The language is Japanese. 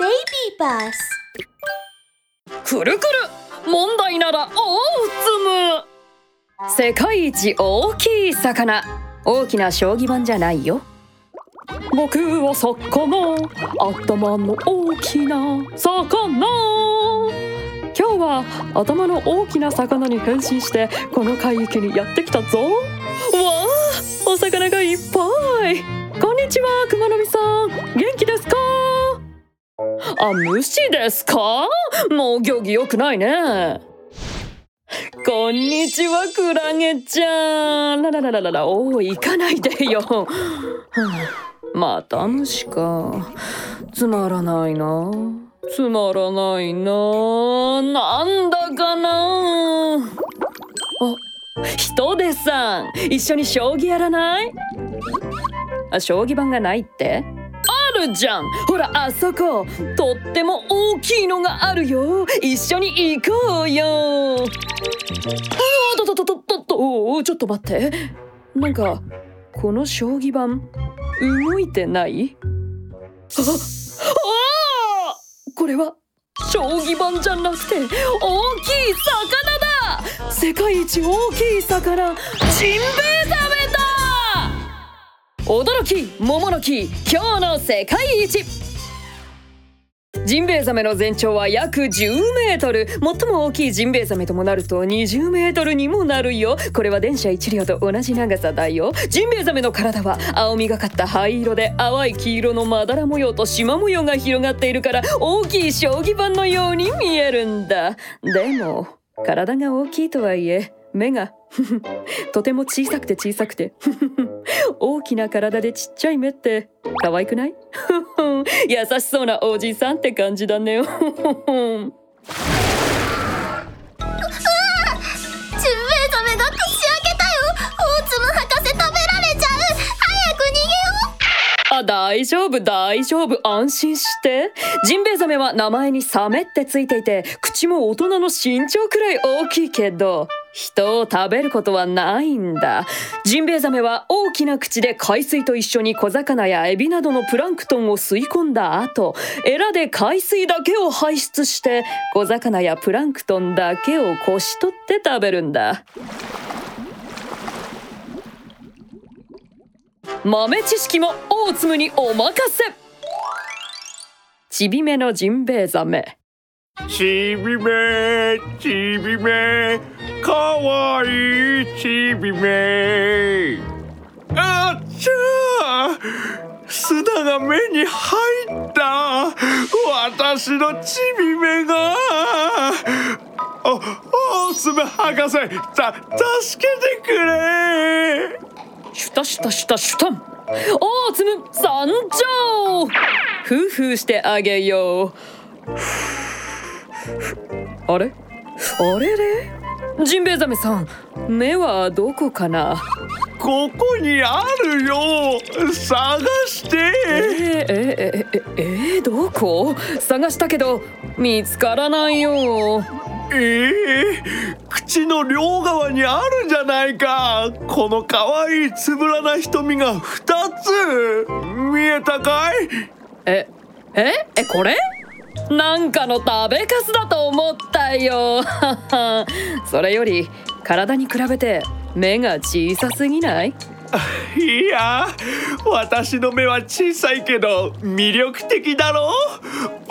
Baby bus. くるくる問題ならオーツム。世界一大きい魚、大きな将棋盤じゃないよ。僕は魚、頭の大きな魚。今日は頭の大きな魚に変身してこの海域にやってきたぞ。わあ、お魚がいっぱい。こんにちは、熊の実さん、元気ですか？あ、虫ですか？もう行儀良くないね。こんにちは、クラゲちゃん。おー、行かないでよ。また虫か。つまらないな。なんだかな。あ、人手さん、一緒に将棋やらない？あ、将棋盤がないって？あるじゃん。ほら、あそこ、とっても大きいのがあるよ。一緒に行こうよ。ちょっと待って。なんかこの将棋盤動いてない？これは将棋盤じゃなくて大きい魚だ。世界一大きい魚、ジンベエザメだ。驚き桃の木、今日の世界一。ジンベエザメの全長は約10メートル。最も大きいジンベエザメともなると20メートルにもなるよ。これは電車1両と同じ長さだよ。ジンベエザメの体は青みがかった灰色で、淡い黄色のまだら模様と縞模様が広がっているから大きい将棋盤のように見えるんだ。でも体が大きいとはいえ目がとても小さくて大きな体でちっちゃい目って可愛くない？優しそうなおじさんって感じだね。 ジンベエザメが串開けたよ。オーツム博士食べられちゃう。早く逃げよう。 あ、大丈夫、安心して。ジンベエザメは名前にサメってついていて、口も大人の身長くらい大きいけど人を食べることはないんだ。ジンベエザメは大きな口で海水と一緒に小魚やエビなどのプランクトンを吸い込んだ後、エラで海水だけを排出して小魚やプランクトンだけをこし取って食べるんだ。豆知識も大粒にお任せ。ちびめのジンベエザメ。 ちびめかわいいちびめ。あっちゃー、砂が目に入った。私のちびめが。おつぶ博士、助けてくれ。 シュタシュタン。大粒参上。フーフーしてあげよう。あれジンベエザメさん、目はどこかな？ ここにあるよ。探して。 どこ？探したけど見つからないよ。 口の両側にあるじゃないか。このかわいいつぶらな瞳が2つ見えたかい？ これ？なんかの食べかすだと思ったよ。それより体に比べて目が小さすぎない？ いや、私の目は小さいけど魅力的だろ。